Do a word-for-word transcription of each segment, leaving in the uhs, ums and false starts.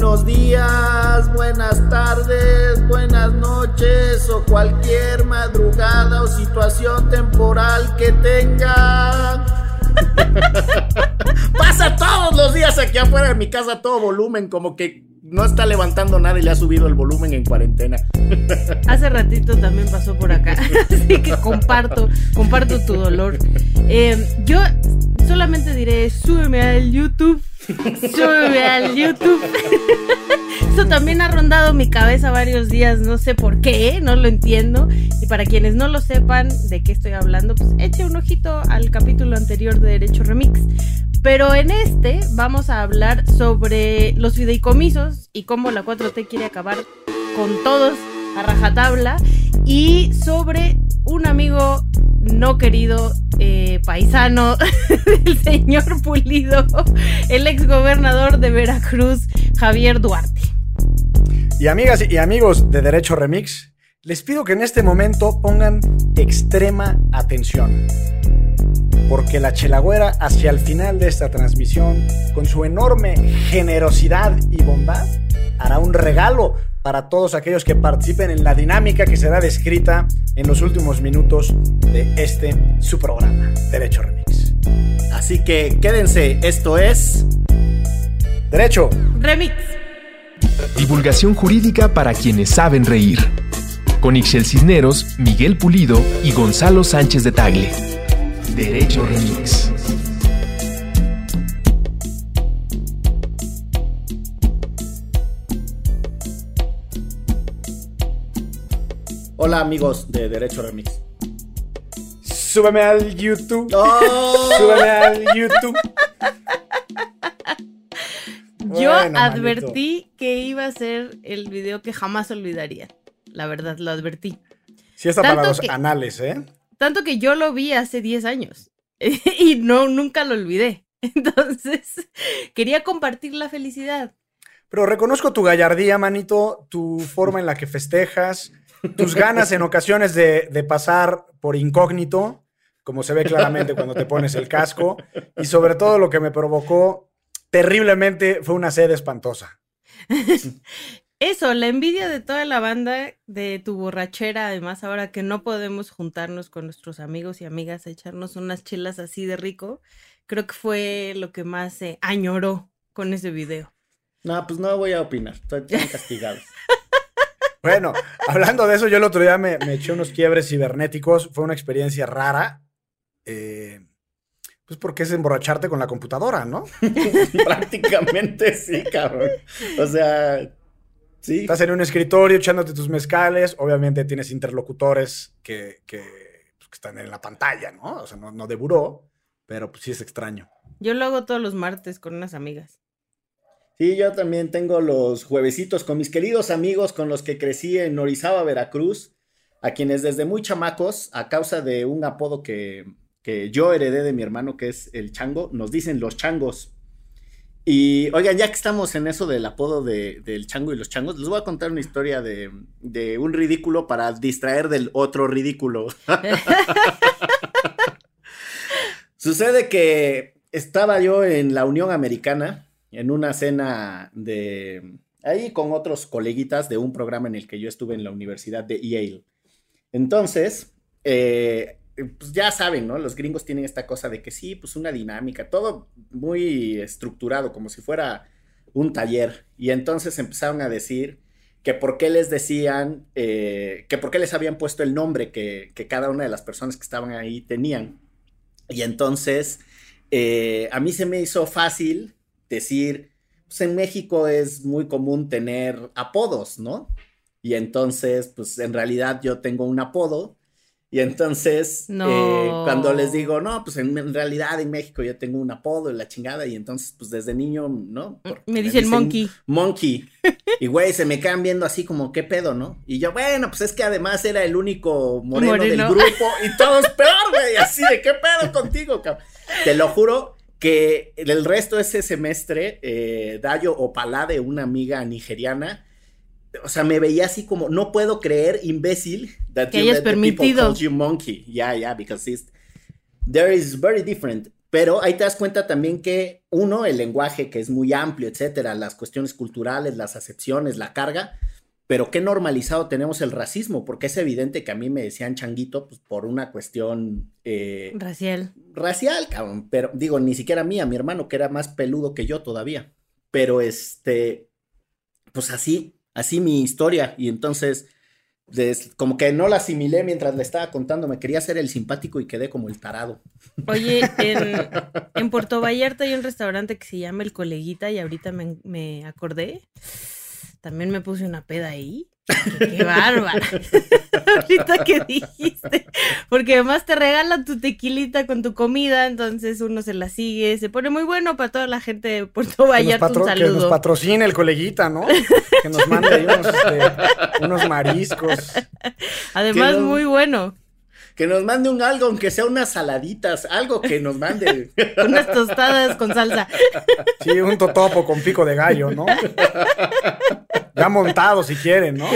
Buenos días, buenas tardes, buenas noches o cualquier madrugada o situación temporal que tengan. Pasa todos los días aquí afuera de mi casa a todo volumen, como que no está levantando nada y le ha subido el volumen en cuarentena. Hace ratito también pasó por acá, así que comparto, comparto tu dolor. Eh, yo solamente diré, súbeme al YouTube, súbeme al YouTube. Eso también ha rondado mi cabeza varios días, no sé por qué, no lo entiendo. Y para quienes no lo sepan de qué estoy hablando, pues eche un ojito al capítulo anterior de Derecho Remix. Pero en este vamos a hablar sobre los fideicomisos y cómo la cuatro T quiere acabar con todos a rajatabla, y sobre un amigo no querido, eh, paisano del señor Pulido, el exgobernador de Veracruz, Javier Duarte. Y amigas y amigos de Derecho Remix, les pido que en este momento pongan extrema atención, porque la Chelagüera hacia el final de esta transmisión, con su enorme generosidad y bondad, hará un regalo para todos aquellos que participen en la dinámica que será descrita en los últimos minutos de este su programa, Derecho Remix. Así que quédense, esto es Derecho Remix. Divulgación jurídica para quienes saben reír. Con Ixchel Cisneros, Miguel Pulido y Gonzalo Sánchez de Tagle. Derecho Remix. Hola amigos de Derecho Remix. Súbeme al YouTube. ¡Oh! Súbeme al YouTube. Yo Bueno, advertí manito. que iba a ser el video que jamás olvidaría. La verdad, lo advertí. Sí, está Tanto para los que- anales, ¿eh? Tanto que yo lo vi hace diez años y no, nunca lo olvidé. Entonces, quería compartir la felicidad. Pero reconozco tu gallardía, manito, tu forma en la que festejas, tus ganas en ocasiones de, de pasar por incógnito, como se ve claramente cuando te pones el casco, y sobre todo lo que me provocó terriblemente fue una sed espantosa. Eso, la envidia de toda la banda, de tu borrachera, además ahora que no podemos juntarnos con nuestros amigos y amigas a echarnos unas chelas así de rico, creo que fue lo que más se añoró con ese video. No, pues no voy a opinar, estoy tan castigado. Bueno, hablando de eso, yo el otro día me, me eché unos quiebres cibernéticos, fue una experiencia rara, eh, pues porque es emborracharte con la computadora, ¿no? Prácticamente sí, cabrón. O sea, sí. Estás en un escritorio echándote tus mezcales, obviamente tienes interlocutores que, que, pues, que están en la pantalla, ¿no? O sea, no, no de buró, pero pues sí es extraño. Yo lo hago todos los martes con unas amigas. Sí, yo también tengo los juevesitos con mis queridos amigos con los que crecí en Orizaba, Veracruz, a quienes desde muy chamacos, a causa de un apodo que, que yo heredé de mi hermano, que es el Chango, nos dicen los changos. Y oigan, ya que estamos en eso del apodo de, del Chango y los changos, les voy a contar una historia de, de un ridículo para distraer del otro ridículo. Sucede que estaba yo en la Unión Americana, en una cena de ahí con otros coleguitas de un programa en el que yo estuve en la Universidad de Yale. Entonces, eh, pues ya saben, ¿no? Los gringos tienen esta cosa de que sí, pues una dinámica, todo muy estructurado, como si fuera un taller. Y entonces empezaron a decir que por qué les decían, eh, que por qué les habían puesto el nombre que, que cada una de las personas que estaban ahí tenían. Y entonces, eh, a mí se me hizo fácil decir, pues en México es muy común tener apodos, ¿no? Y entonces, pues en realidad yo tengo un apodo. Y entonces, No. eh, cuando les digo, no, pues en, en realidad en México yo tengo un apodo y la chingada. Y entonces, pues desde niño, ¿no? Por- Me dicen Monkey. Monkey. Y güey, se me quedan viendo así como, ¿qué pedo, no? Y yo, bueno, pues es que además era el único moreno, Moreno. del grupo. Y todos peor, güey, así de, ¿qué pedo contigo, cabrón? Te lo juro que el resto de ese semestre, eh, Dayo Opalade, una amiga nigeriana, o sea, me veía así como, no puedo creer, imbécil, that Que you hayas let the people permitido. call you monkey. Yeah, yeah, because it's, there is very different. Pero ahí te das cuenta también que, uno, el lenguaje que es muy amplio, etcétera, las cuestiones culturales, las acepciones, la carga, pero qué normalizado tenemos el racismo, porque es evidente que a mí me decían changuito pues, por una cuestión... Eh, racial. Racial, cabrón, pero digo, ni siquiera a mí, a mi hermano, que era más peludo que yo todavía. Pero este, pues así, así mi historia, y entonces... Des, como que no la asimilé mientras le estaba contando, me quería hacer el simpático y quedé como el tarado. Oye, en, en Puerto Vallarta hay un restaurante que se llama El Coleguita y ahorita me, me acordé, también me puse una peda ahí. ¡Qué, qué bárbara! Ahorita que dijiste, porque además te regalan tu tequilita con tu comida, entonces uno se la sigue, se pone muy bueno para toda la gente de Puerto Vallarta. Que nos, patro- un saludo. Que nos patrocine El Coleguita, ¿no? Que nos mande ahí unos, este, unos mariscos. Además, no, muy bueno. Que nos mande un algo, aunque sea unas saladitas, algo que nos mande. Unas tostadas con salsa. Sí, un totopo con pico de gallo, ¿no? Ya montado si quieren, ¿no?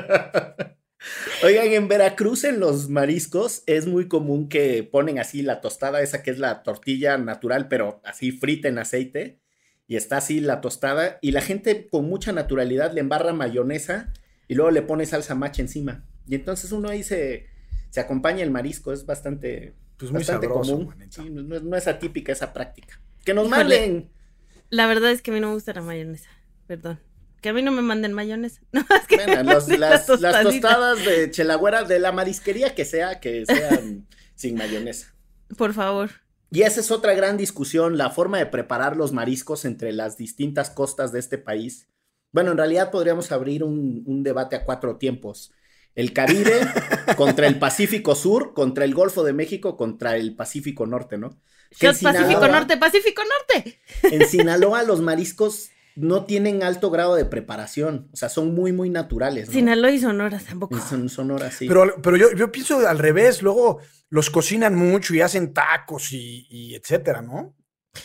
Oigan, en Veracruz en los mariscos es muy común que ponen así la tostada esa que es la tortilla natural, pero así frita en aceite, y está así la tostada, y la gente con mucha naturalidad le embarra mayonesa y luego le pone salsa macha encima. Y entonces uno ahí se, se acompaña el marisco, es bastante, pues muy bastante sabroso, común. Sí, no, no es atípica esa práctica. Que nos Híjole, manden. La verdad es que a mí no me gusta la mayonesa, perdón. Que a mí no me manden mayonesa. No, es que Bueno, me los, manden las, la las tostadita. tostadas de Chelagüera, de la marisquería que sea, que sean sin mayonesa. Por favor. Y esa es otra gran discusión, la forma de preparar los mariscos entre las distintas costas de este país. Bueno, en realidad podríamos abrir un, un debate a cuatro tiempos. El Caribe contra el Pacífico Sur, contra el Golfo de México, contra el Pacífico Norte, ¿no? Que en Shot Pacífico Sinaloa- Norte, Pacífico Norte. En Sinaloa los mariscos no tienen alto grado de preparación, o sea, son muy, muy naturales, ¿no? Sinaloa y Sonora tampoco. Son Sonora, sí. Pero, pero yo, yo pienso al revés, luego los cocinan mucho y hacen tacos y, y etcétera, ¿no?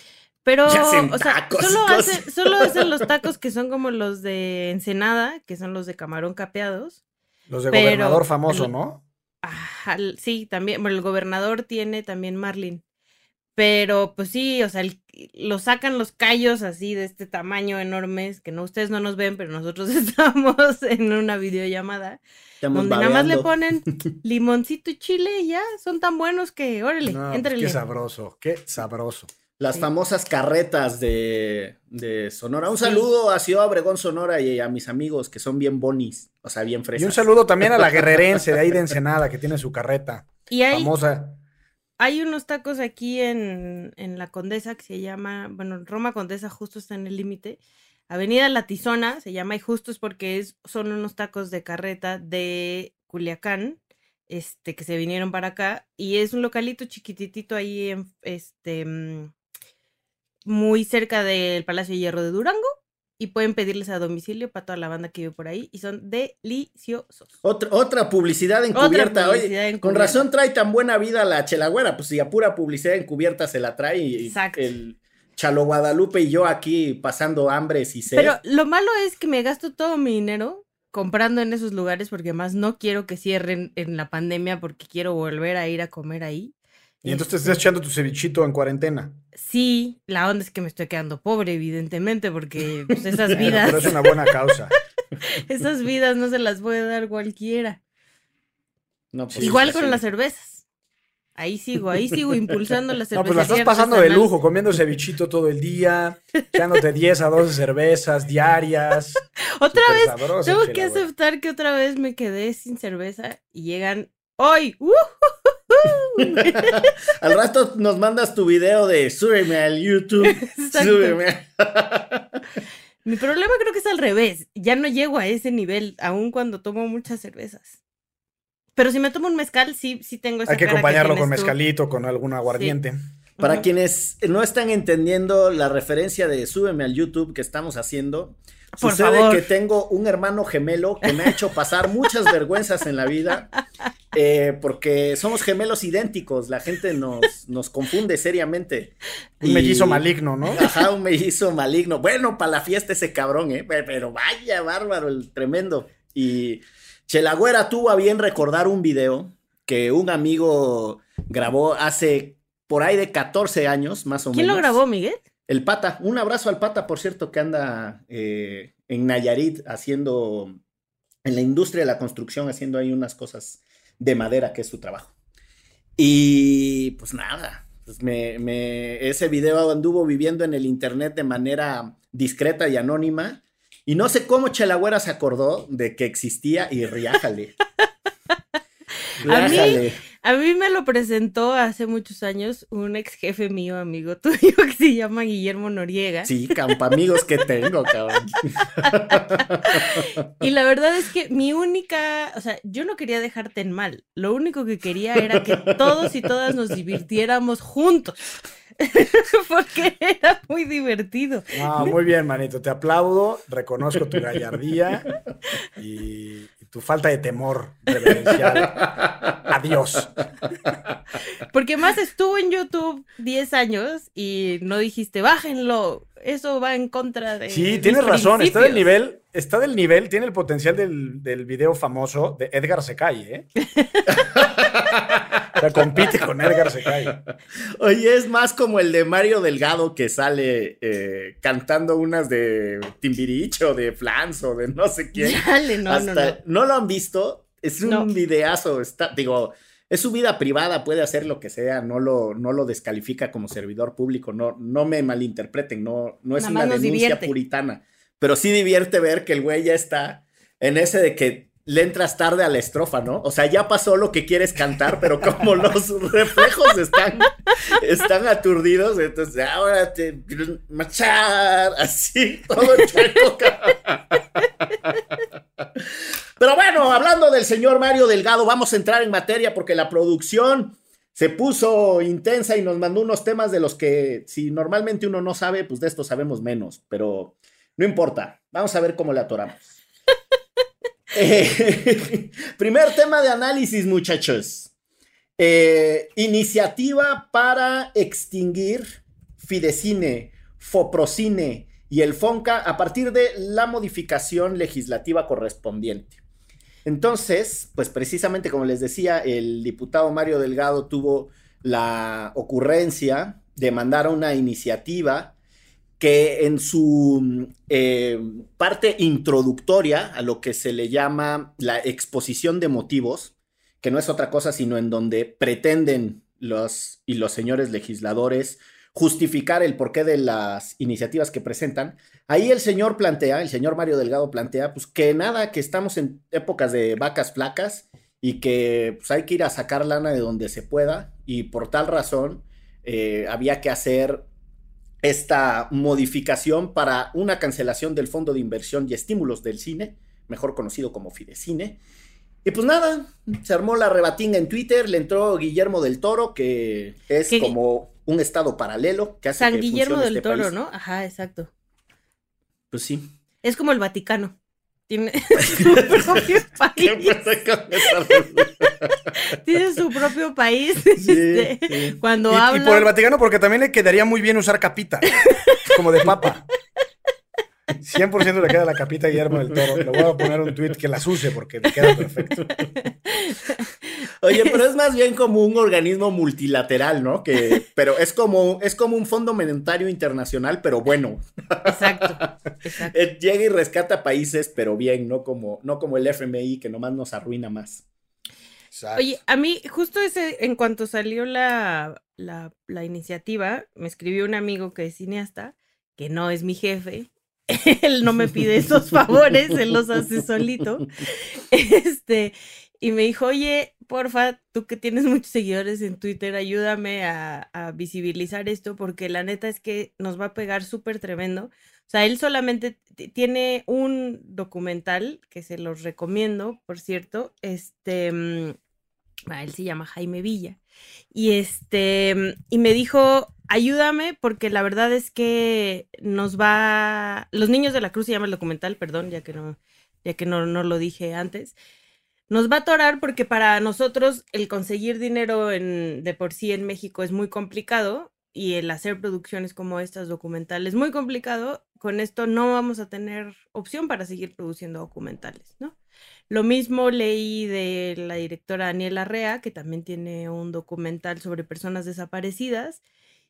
Pero, Y hacen o sea, tacos, solo, cosas. hacen, solo hacen los tacos que son como los de Ensenada, que son los de camarón capeados. Los de Pero- gobernador famoso, ¿no? Ajá, sí, también, bueno, el gobernador tiene también Marlin. Pero, pues sí, o sea, el- lo sacan los callos así de este tamaño enormes, que no, ustedes no nos ven, pero nosotros estamos en una videollamada, Estamos donde nada más le babeando. ponen limoncito y chile y ya, son tan buenos que, órale, No, pues éntrale. qué sabroso, qué sabroso. Las Sí. famosas carretas de, de Sonora. Un Sí. saludo a Ciudad Obregón, Sonora, y a mis amigos que son bien bonis, o sea, bien fresas. Y un saludo también a la guerrerense de ahí de Ensenada, que tiene su carreta Y hay, famosa. hay unos tacos aquí en, en la Condesa que se llama, bueno, Roma Condesa justo está en el límite. Avenida La Tizona se llama y justo es porque es, son unos tacos de carreta de Culiacán, este, que se vinieron para acá. Y es un localito chiquititito ahí en, este, mm, muy cerca del Palacio de Hierro de Durango. Y pueden pedirles a domicilio para toda la banda que vive por ahí. Y son deliciosos. Otra, otra publicidad Otra encubierta. publicidad Oye, encubierta. con razón trae tan buena vida la Chelagüera, pues si a pura publicidad encubierta se la trae y Exacto. el Chalo Guadalupe y yo aquí pasando hambres y sed. Pero lo malo es que me gasto todo mi dinero comprando en esos lugares porque más no quiero que cierren en la pandemia porque quiero volver a ir a comer ahí. Y entonces te Este, estás echando tu cevichito en cuarentena. Sí, la onda es que me estoy quedando pobre, evidentemente, porque pues, esas Bueno, vidas, pero es una buena causa. esas vidas no se las puede dar cualquiera. No, pues, Igual sí, con sí. las cervezas. Ahí sigo, ahí sigo impulsando las No, cervezas. pues la estás pasando de lujo, comiendo cevichito todo el día, echándote diez a doce cervezas diarias. Otra Súper vez, sabroso, tengo chela, que güey. aceptar que otra vez me quedé sin cerveza y llegan hoy. ¡Uh! Al rato nos mandas tu video de súbeme al YouTube. Exacto. Súbeme. Mi problema creo que es al revés. Ya no llego a ese nivel, aun cuando tomo muchas cervezas. Pero si me tomo un mezcal, sí, sí tengo esa Hay que cara acompañarlo tienes con tú. mezcalito, con algún aguardiente. Para Ujú. quienes no están entendiendo la referencia de súbeme al YouTube que estamos haciendo, Por sucede favor. que tengo un hermano gemelo que me ha hecho pasar muchas vergüenzas en la vida, eh, porque somos gemelos idénticos, la gente nos, nos confunde seriamente. Un Y- mellizo maligno, ¿no? Ajá, un mellizo maligno. Bueno, para la fiesta ese cabrón, ¿eh? Pero, pero vaya bárbaro, el tremendo. Y Chelagüera tuvo a bien recordar un video que un amigo grabó hace por ahí de catorce años, más o ¿Quién menos. lo grabó, Miguel? El Pata. Un abrazo al Pata, por cierto, que anda eh, en Nayarit haciendo, en la industria de la construcción, haciendo ahí unas cosas de madera, que es su trabajo. Y pues nada, pues me, me, ese video anduvo viviendo en el internet de manera discreta y anónima. Y no sé cómo Chelagüera se acordó de que existía y riájale. A mí, a mí me lo presentó hace muchos años un ex jefe mío, amigo tuyo, que se llama Guillermo Noriega. Sí, campamigos que tengo, cabrón. Y la verdad es que mi única, o sea, yo no quería dejarte en mal. Lo único que quería era que todos y todas nos divirtiéramos juntos. Porque era muy divertido. No, muy bien, manito. Te aplaudo, reconozco tu gallardía y, y tu falta de temor reverencial. Adiós. Porque más estuvo en YouTube diez años y no dijiste, bájenlo. Eso va en contra de. Sí, mis tienes razón. principios. Está del nivel, está del nivel, tiene el potencial del, del video famoso de Edgar Secay, ¿eh? O sea, compite con Edgar Secay. Oye, es más como el de Mario Delgado que sale eh, cantando unas de Timbiriche o de Flans o de no sé quién. Dale, no, Hasta, no, no. ¿No lo han visto? Es un No. videazo. Está, digo, es su vida privada, puede hacer lo que sea, no lo, no lo descalifica como servidor público. No, no me malinterpreten, no, no es Nada una más nos denuncia divierte. puritana. Pero sí divierte ver que el güey ya está en ese de que le entras tarde a la estrofa, ¿no? O sea, ya pasó lo que quieres cantar, pero como los reflejos están, están aturdidos, entonces ahora te marchar, así, todo chueco. Pero bueno, hablando del señor Mario Delgado, vamos a entrar en materia porque la producción se puso intensa y nos mandó unos temas de los que si normalmente uno no sabe, pues de esto sabemos menos, pero no importa, vamos a ver cómo le atoramos. Eh, primer tema de análisis, muchachos. Eh, iniciativa para extinguir Fidecine, Foprocine y el Fonca a partir de la modificación legislativa correspondiente. Entonces, pues precisamente como les decía, el diputado Mario Delgado tuvo la ocurrencia de mandar una iniciativa que en su eh, parte introductoria a lo que se le llama la exposición de motivos, que no es otra cosa sino en donde pretenden los y los señores legisladores justificar el porqué de las iniciativas que presentan, ahí el señor plantea, el señor Mario Delgado plantea, pues que nada, que estamos en épocas de vacas flacas y que pues, hay que ir a sacar lana de donde se pueda y por tal razón eh, había que hacer esta modificación para una cancelación del Fondo de Inversión y Estímulos del Cine, mejor conocido como Fidecine. Y pues nada, se armó la rebatinga en Twitter, le entró Guillermo del Toro, que es ¿Qué? como un estado paralelo que hace San que Guillermo funcione del este Toro, país. ¿no? Ajá, exacto. Pues sí. Es como el Vaticano. Tiene su propio ¿Qué país. pasa con esa? Tiene su propio país. Sí, este, sí. Cuando Y, habla. y por el Vaticano, porque también le quedaría muy bien usar capita, como de papa. cien por ciento le queda la capita a Guillermo del Toro. Le voy a poner un tweet que las use porque le queda perfecto. Oye, pero es más bien como un organismo multilateral, ¿no? Que, pero es como, es como un Fondo Monetario Internacional, pero bueno. Exacto, exacto. Eh, Llega y rescata países, pero bien, no como, no como el F M I que nomás nos arruina más. Exacto. Oye, a mí, justo ese, en cuanto salió la, la, la iniciativa, me escribió un amigo que es cineasta, que no es mi jefe. Él no me pide esos favores, él los hace solito. Este, y me dijo, oye, porfa, tú que tienes muchos seguidores en Twitter, ayúdame a, a visibilizar esto, porque la neta es que nos va a pegar súper tremendo. O sea, él solamente t- tiene un documental que se los recomiendo, por cierto. Este, mm, ah, él se llama Jaime Villa. Y este, mm, y me dijo, ayúdame, porque la verdad es que nos va. Los Niños de la Cruz se llama el documental, perdón, ya que no, ya que no, no lo dije antes. Nos va a atorar porque para nosotros el conseguir dinero en, de por sí en México es muy complicado y el hacer producciones como estas documentales muy complicado. Con esto no vamos a tener opción para seguir produciendo documentales, ¿no? Lo mismo leí de la directora Daniela Rea, que también tiene un documental sobre personas desaparecidas.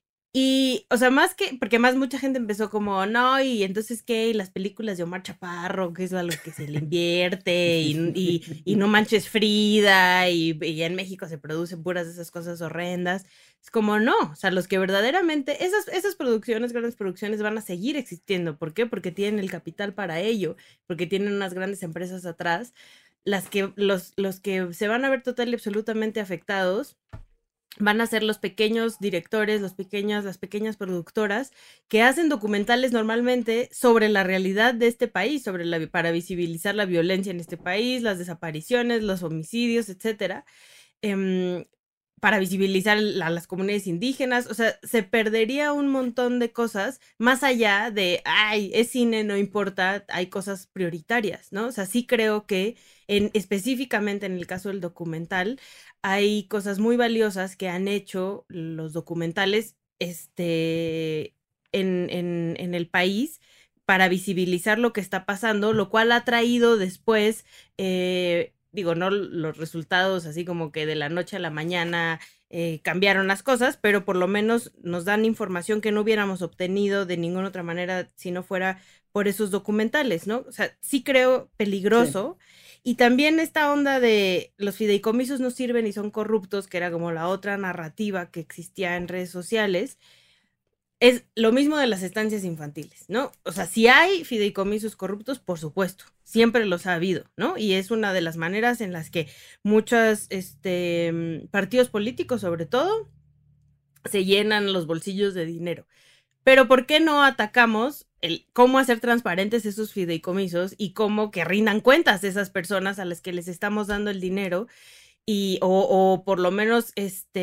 Y, o sea, más que, porque más mucha gente empezó como, no, y entonces, ¿qué? Y las películas de Omar Chaparro, que es a lo que se le invierte, y, y, y No Manches Frida, y, y en México se producen puras de esas cosas horrendas. Es como, no, o sea, los que verdaderamente, esas, esas producciones, grandes producciones, van a seguir existiendo. ¿Por qué? Porque tienen el capital para ello, porque tienen unas grandes empresas atrás, las que, los, los que se van a ver total y absolutamente afectados van a ser los pequeños directores, los pequeños, las pequeñas productoras que hacen documentales normalmente sobre la realidad de este país, sobre la, para visibilizar la violencia en este país, las desapariciones, los homicidios, etcétera, eh, para visibilizar a las comunidades indígenas. O sea, se perdería un montón de cosas más allá de, ay, es cine, no importa, hay cosas prioritarias, ¿no? O sea, sí creo que en, específicamente en el caso del documental, hay cosas muy valiosas que han hecho los documentales este, en, en, en el país para visibilizar lo que está pasando, lo cual ha traído después, eh, digo, no los resultados así como que de la noche a la mañana eh, cambiaron las cosas, pero por lo menos nos dan información que no hubiéramos obtenido de ninguna otra manera si no fuera por esos documentales, ¿no? O sea, sí creo peligroso. Sí. Y también esta onda de los fideicomisos no sirven y son corruptos, que era como la otra narrativa que existía en redes sociales, es lo mismo de las estancias infantiles, ¿no? O sea, si hay fideicomisos corruptos, por supuesto, siempre los ha habido, ¿no? Y es una de las maneras en las que muchos este, partidos políticos, sobre todo, se llenan los bolsillos de dinero. Pero ¿por qué no atacamos el cómo hacer transparentes esos fideicomisos y cómo que rindan cuentas esas personas a las que les estamos dando el dinero y o, o por lo menos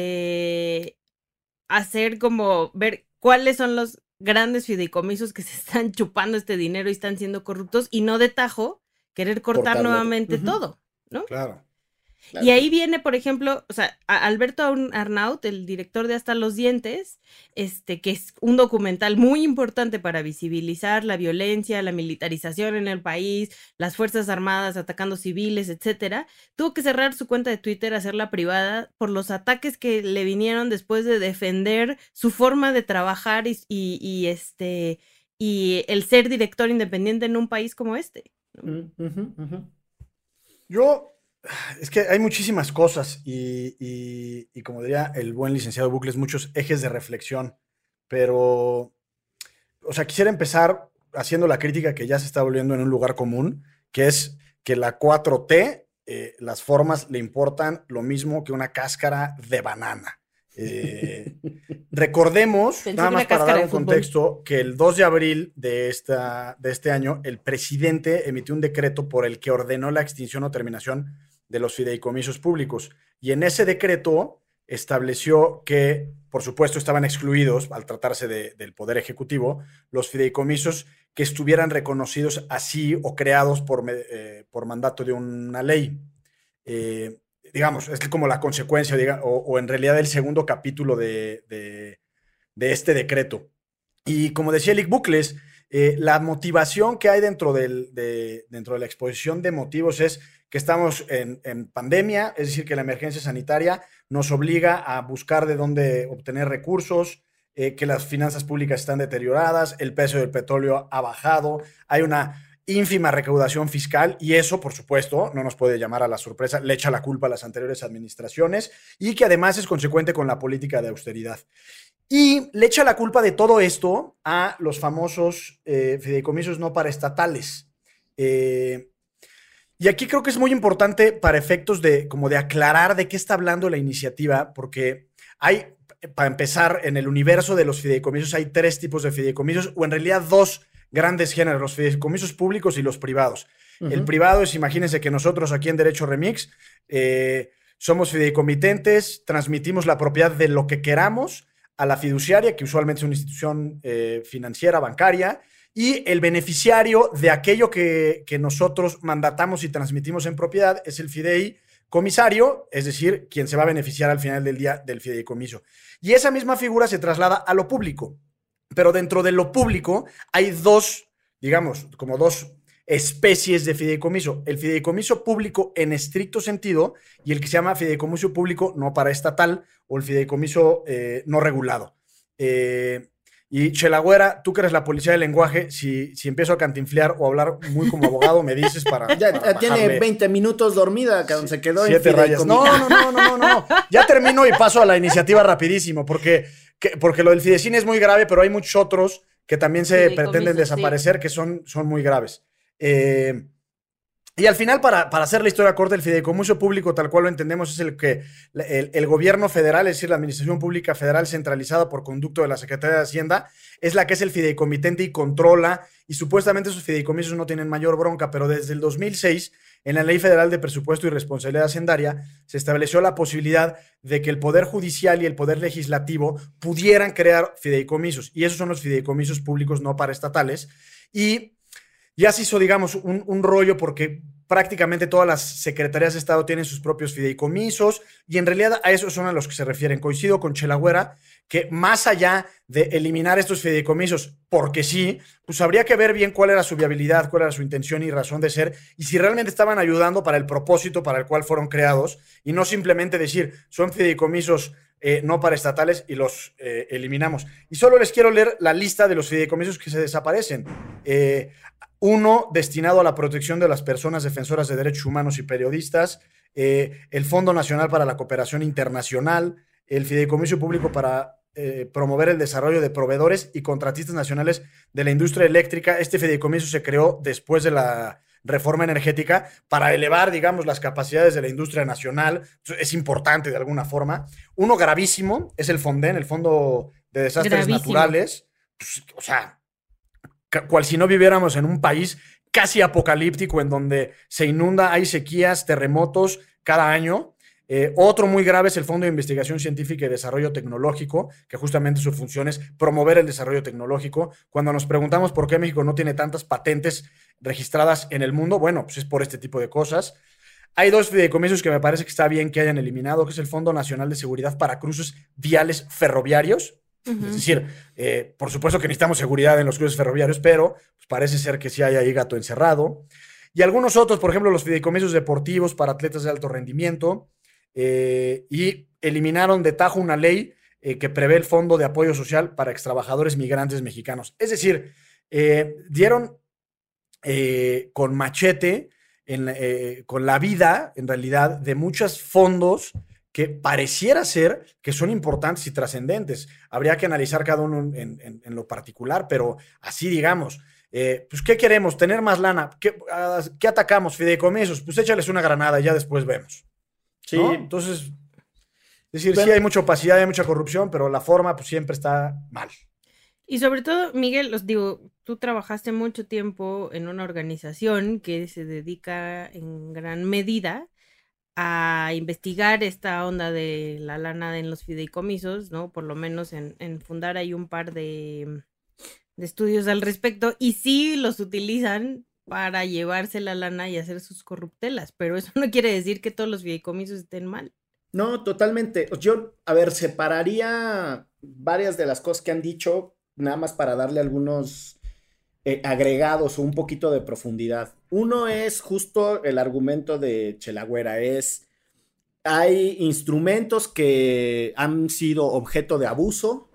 este hacer como ver cuáles son los grandes fideicomisos que se están chupando este dinero y están siendo corruptos y no de tajo querer cortar Cortarlo. nuevamente uh-huh. todo, ¿no? Claro. Claro. Y ahí viene, por ejemplo, o sea, Alberto Arnaut, el director de Hasta los Dientes, este, que es un documental muy importante para visibilizar la violencia, la militarización en el país, las Fuerzas Armadas atacando civiles, etcétera, tuvo que cerrar su cuenta de Twitter, hacerla privada, por los ataques que le vinieron después de defender su forma de trabajar y, y, y este, y el ser director independiente en un país como este. Uh-huh, uh-huh. Yo... Es que hay muchísimas cosas y, y, y como diría el buen licenciado Bucles, muchos ejes de reflexión, pero, o sea, quisiera empezar haciendo la crítica que ya se está volviendo en un lugar común, que es que la cuatro T, eh, las formas le importan lo mismo que una cáscara de banana. Eh, recordemos, Pensé nada más para dar un contexto, que el dos de abril de, esta, de este año, el presidente emitió un decreto por el que ordenó la extinción o terminación de los fideicomisos públicos. Y en ese decreto estableció que, por supuesto, estaban excluidos, al tratarse de, del Poder Ejecutivo, los fideicomisos que estuvieran reconocidos así o creados por, eh, por mandato de una ley. Eh, digamos, es como la consecuencia, diga, o, o en realidad el segundo capítulo de, de, de este decreto. Y como decía Elic Bucles, eh, la motivación que hay dentro, del, de, dentro de la exposición de motivos es que estamos en, en pandemia, es decir, que la emergencia sanitaria nos obliga a buscar de dónde obtener recursos, eh, que las finanzas públicas están deterioradas, el precio del petróleo ha bajado, hay una ínfima recaudación fiscal y eso, por supuesto, no nos puede llamar a la sorpresa, le echa la culpa a las anteriores administraciones y que además es consecuente con la política de austeridad. Y le echa la culpa de todo esto a los famosos eh, fideicomisos no paraestatales. Eh, y aquí creo que es muy importante para efectos de, como de aclarar de qué está hablando la iniciativa, porque hay, para empezar, en el universo de los fideicomisos hay tres tipos de fideicomisos, o en realidad dos grandes géneros, los fideicomisos públicos y los privados. Uh-huh. El privado es, imagínense que nosotros aquí en Derecho Remix eh, somos fideicomitentes, transmitimos la propiedad de lo que queramos a la fiduciaria, que usualmente es una institución eh, financiera, bancaria, y el beneficiario de aquello que, que nosotros mandatamos y transmitimos en propiedad es el fideicomisario, es decir, quien se va a beneficiar al final del día del fideicomiso. Y esa misma figura se traslada a lo público, pero dentro de lo público hay dos, digamos, como dos especies de fideicomiso. El fideicomiso público en estricto sentido y el que se llama fideicomiso público no paraestatal o el fideicomiso eh, no regulado. Eh, y Chela Güera, tú que eres la policía del lenguaje, si, si empiezo a cantinflear o a hablar muy como abogado, me dices para... Ya, para tiene veinte minutos dormida, cabrón, se quedó siete en rayas. No, no, no, no, no, no. Ya termino y paso a la iniciativa rapidísimo, porque, que, porque lo del fidecine es muy grave, pero hay muchos otros que también se pretenden desaparecer, sí. que son, son muy graves. Eh, y al final, para, para hacer la historia corta, el fideicomiso público, tal cual lo entendemos, es el que el, el gobierno federal, es decir, la administración pública federal centralizada por conducto de la Secretaría de Hacienda, es la que es el fideicomitente y controla, y supuestamente esos fideicomisos no tienen mayor bronca, pero desde el dos mil seis, en la Ley Federal de Presupuesto y Responsabilidad Hacendaria, se estableció la posibilidad de que el Poder Judicial y el Poder Legislativo pudieran crear fideicomisos, y esos son los fideicomisos públicos no paraestatales, y ya se hizo, digamos, un, un rollo porque prácticamente todas las secretarías de Estado tienen sus propios fideicomisos y en realidad a esos son a los que se refieren. Coincido con Chela Güera que más allá de eliminar estos fideicomisos, porque sí, pues habría que ver bien cuál era su viabilidad, cuál era su intención y razón de ser y si realmente estaban ayudando para el propósito para el cual fueron creados y no simplemente decir son fideicomisos eh, no paraestatales y los eh, eliminamos. Y solo les quiero leer la lista de los fideicomisos que se desaparecen. Eh, Uno destinado a la protección de las personas defensoras de derechos humanos y periodistas, eh, el Fondo Nacional para la Cooperación Internacional, el Fideicomiso Público para eh, promover el desarrollo de proveedores y contratistas nacionales de la industria eléctrica. Este fideicomiso se creó después de la reforma energética para elevar, digamos, las capacidades de la industria nacional. Es importante de alguna forma. Uno gravísimo es el FONDEN, el Fondo de Desastres gravísimo. Naturales. Pues, o sea, cual si no viviéramos en un país casi apocalíptico en donde se inunda, hay sequías, terremotos cada año. Eh, otro muy grave es el Fondo de Investigación Científica y Desarrollo Tecnológico, que justamente su función es promover el desarrollo tecnológico. Cuando nos preguntamos por qué México no tiene tantas patentes registradas en el mundo, bueno, pues es por este tipo de cosas. Hay dos fideicomisos que me parece que está bien que hayan eliminado, que es el Fondo Nacional de Seguridad para Cruces Viales Ferroviarios. Uh-huh. Es decir, eh, por supuesto que necesitamos seguridad en los cruces ferroviarios, pero pues parece ser que sí hay ahí gato encerrado. Y algunos otros, por ejemplo, los fideicomisos deportivos para atletas de alto rendimiento, eh, y eliminaron de tajo una ley eh, que prevé el Fondo de Apoyo Social para extrabajadores migrantes mexicanos. Es decir, eh, dieron eh, con machete, en, eh, con la vida, en realidad, de muchos fondos que pareciera ser que son importantes y trascendentes. Habría que analizar cada uno en, en, en lo particular, pero así digamos, eh, pues ¿qué queremos? ¿Tener más lana? ¿Qué, uh, ¿qué atacamos? ¿Fideicomisos? Pues échales una granada y ya después vemos. Sí. ¿No? Entonces, es decir, bueno, sí hay mucha opacidad, hay mucha corrupción, pero la forma pues siempre está mal. Y sobre todo, Miguel, os digo, tú trabajaste mucho tiempo en una organización que se dedica en gran medida a investigar esta onda de la lana en los fideicomisos, ¿no? Por lo menos en, en fundar hay un par de, de estudios al respecto, y sí los utilizan para llevarse la lana y hacer sus corruptelas, pero eso no quiere decir que todos los fideicomisos estén mal. No, totalmente. Yo, a ver, separaría varias de las cosas que han dicho, nada más para darle algunos Eh, agregados o un poquito de profundidad. Uno es justo el argumento de Chela Güera, es hay instrumentos que han sido objeto de abuso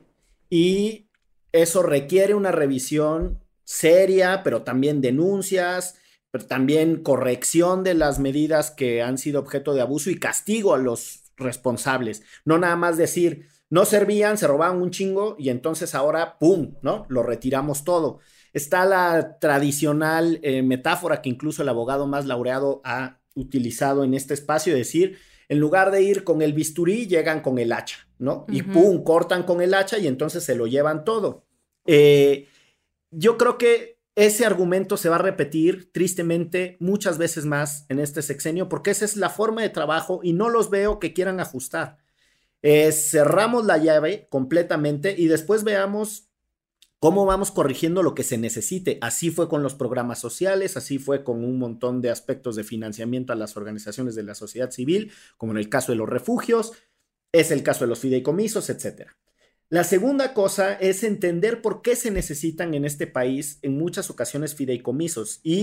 y eso requiere una revisión seria, pero también denuncias, pero también corrección de las medidas que han sido objeto de abuso y castigo a los responsables. No nada más decir, no servían, se robaban un chingo y entonces ahora, ¡pum!, ¿no? Lo retiramos todo. Está la tradicional eh, metáfora que incluso el abogado más laureado ha utilizado en este espacio, decir, en lugar de ir con el bisturí, llegan con el hacha, ¿no? Uh-huh. Y pum, cortan con el hacha y entonces se lo llevan todo. Eh, yo creo que ese argumento se va a repetir tristemente muchas veces más en este sexenio, porque esa es la forma de trabajo y no los veo que quieran ajustar. Eh, cerramos la llave completamente y después veamos cómo vamos corrigiendo lo que se necesite. Así fue con los programas sociales, así fue con un montón de aspectos de financiamiento a las organizaciones de la sociedad civil, como en el caso de los refugios, es el caso de los fideicomisos, etcétera. La segunda cosa es entender por qué se necesitan en este país en muchas ocasiones fideicomisos y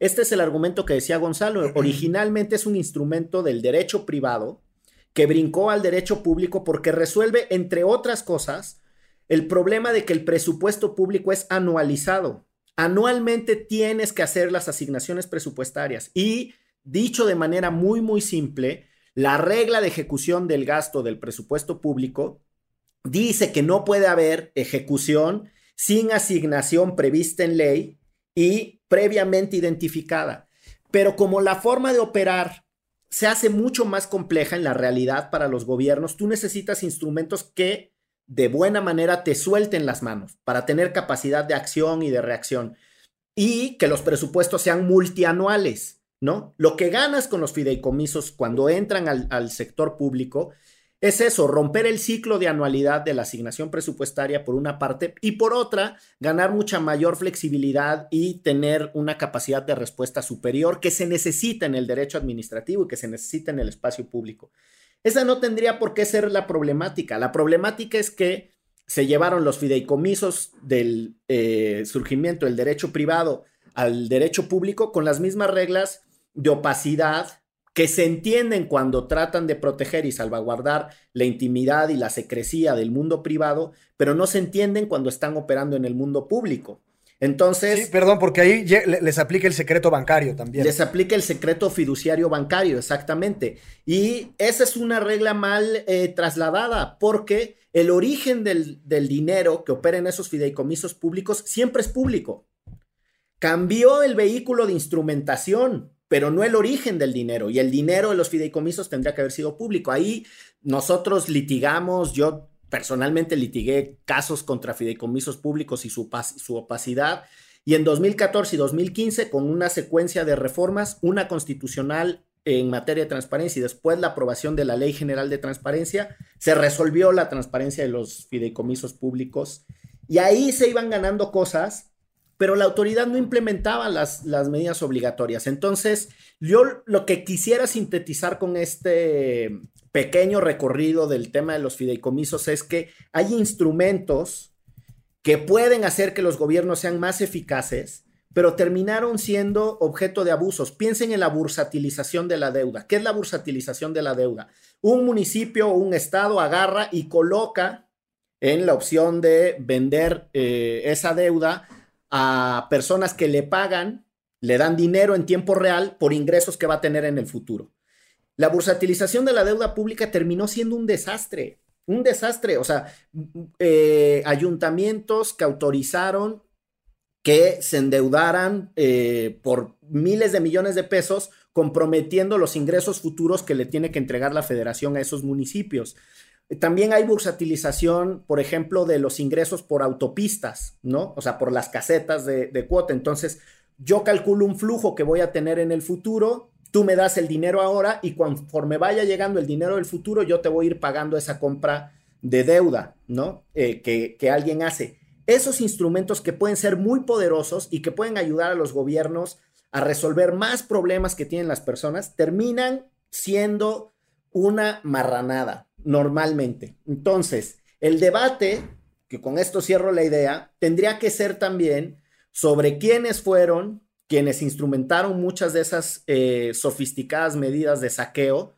este es el argumento que decía Gonzalo. Originalmente es un instrumento del derecho privado que brincó al derecho público porque resuelve, entre otras cosas, el problema de que el presupuesto público es anualizado. Anualmente tienes que hacer las asignaciones presupuestarias y, dicho de manera muy, muy simple, la regla de ejecución del gasto del presupuesto público dice que no puede haber ejecución sin asignación prevista en ley y previamente identificada. Pero como la forma de operar se hace mucho más compleja en la realidad para los gobiernos, tú necesitas instrumentos que de buena manera te suelten las manos para tener capacidad de acción y de reacción y que los presupuestos sean multianuales, ¿no? Lo que ganas con los fideicomisos cuando entran al, al sector público es eso, romper el ciclo de anualidad de la asignación presupuestaria por una parte y por otra, ganar mucha mayor flexibilidad y tener una capacidad de respuesta superior que se necesita en el derecho administrativo y que se necesita en el espacio público. Esa no tendría por qué ser la problemática. La problemática es que se llevaron los fideicomisos del eh, surgimiento del derecho privado al derecho público con las mismas reglas de opacidad que se entienden cuando tratan de proteger y salvaguardar la intimidad y la secrecía del mundo privado, pero no se entienden cuando están operando en el mundo público. Entonces... Sí, perdón, porque ahí les aplica el secreto bancario también. Les aplica el secreto fiduciario bancario, exactamente. Y esa es una regla mal eh, trasladada, porque el origen del, del dinero que opera en esos fideicomisos públicos siempre es público. Cambió el vehículo de instrumentación, pero no el origen del dinero, y el dinero de los fideicomisos tendría que haber sido público. Ahí nosotros litigamos, yo personalmente litigué casos contra fideicomisos públicos y su, su opacidad, y en dos mil catorce y dos mil quince, con una secuencia de reformas, una constitucional en materia de transparencia y después la aprobación de la Ley General de Transparencia, se resolvió la transparencia de los fideicomisos públicos, y ahí se iban ganando cosas, pero la autoridad no implementaba las, las medidas obligatorias. Entonces, yo lo que quisiera sintetizar con este pequeño recorrido del tema de los fideicomisos es que hay instrumentos que pueden hacer que los gobiernos sean más eficaces, pero terminaron siendo objeto de abusos. Piensen en la bursatilización de la deuda. ¿Qué es la bursatilización de la deuda? Un municipio o un estado agarra y coloca en la opción de vender eh, esa deuda a personas que le pagan, le dan dinero en tiempo real por ingresos que va a tener en el futuro. La bursatilización de la deuda pública terminó siendo un desastre, un desastre. O sea, eh, ayuntamientos que autorizaron que se endeudaran eh, por miles de millones de pesos, comprometiendo los ingresos futuros que le tiene que entregar la federación a esos municipios. También hay bursatilización, por ejemplo, de los ingresos por autopistas, ¿no? O sea, por las casetas de, de cuota. Entonces, yo calculo un flujo que voy a tener en el futuro, tú me das el dinero ahora y conforme vaya llegando el dinero del futuro, yo te voy a ir pagando esa compra de deuda, ¿no? Eh, que, que alguien hace. Esos instrumentos que pueden ser muy poderosos y que pueden ayudar a los gobiernos a resolver más problemas que tienen las personas, terminan siendo una marranada. Normalmente. Entonces, el debate, que con esto cierro la idea, tendría que ser también sobre quiénes fueron quienes instrumentaron muchas de esas eh, sofisticadas medidas de saqueo.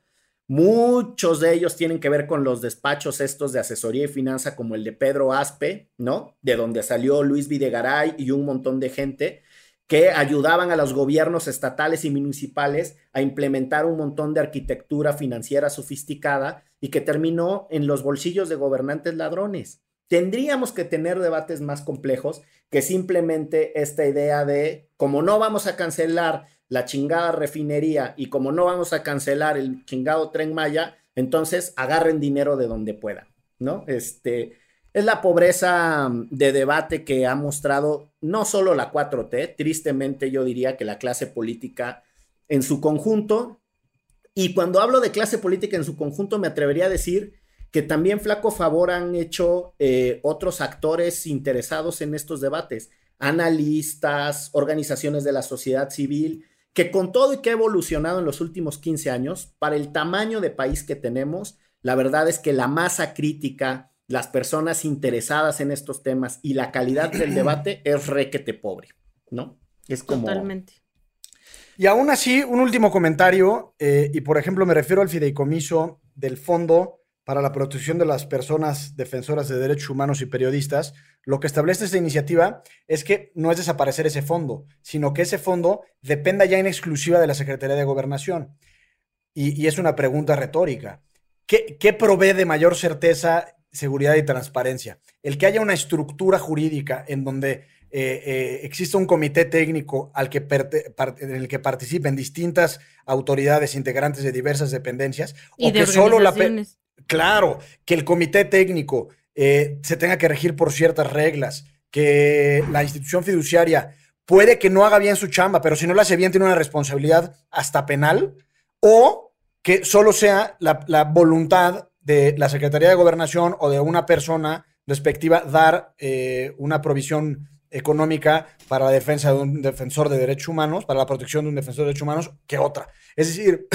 Muchos de ellos tienen que ver con los despachos estos de asesoría y finanza como el de Pedro Aspe, ¿no? De donde salió Luis Videgaray y un montón de gente que ayudaban a los gobiernos estatales y municipales a implementar un montón de arquitectura financiera sofisticada y que terminó en los bolsillos de gobernantes ladrones. Tendríamos que tener debates más complejos que simplemente esta idea de, como no vamos a cancelar la chingada refinería y como no vamos a cancelar el chingado Tren Maya, entonces agarren dinero de donde puedan, ¿no? Este... Es la pobreza de debate que ha mostrado no solo la cuatro T, tristemente yo diría que la clase política en su conjunto, y cuando hablo de clase política en su conjunto me atrevería a decir que también flaco favor han hecho eh, otros actores interesados en estos debates, analistas, organizaciones de la sociedad civil, que con todo y que ha evolucionado en los últimos quince años, para el tamaño de país que tenemos, la verdad es que la masa crítica, las personas interesadas en estos temas y la calidad del debate es requete pobre, ¿no? Es como... Totalmente. Y aún así, un último comentario, eh, y por ejemplo me refiero al fideicomiso del Fondo para la Protección de las Personas Defensoras de Derechos Humanos y Periodistas. Lo que establece esta iniciativa es que no es desaparecer ese fondo, sino que ese fondo dependa ya en exclusiva de la Secretaría de Gobernación. Y, y es una pregunta retórica. ¿Qué, ¿Qué provee de mayor certeza, seguridad y transparencia? El que haya una estructura jurídica en donde eh, eh, exista un comité técnico al que en el que participen distintas autoridades integrantes de diversas dependencias, y o de que solo la... Claro, que el comité técnico eh, se tenga que regir por ciertas reglas, que la institución fiduciaria puede que no haga bien su chamba, pero si no la hace bien tiene una responsabilidad hasta penal, o que solo sea la, la voluntad de la Secretaría de Gobernación o de una persona respectiva dar eh, una provisión económica para la defensa de un defensor de derechos humanos, para la protección de un defensor de derechos humanos, que otra. Es decir...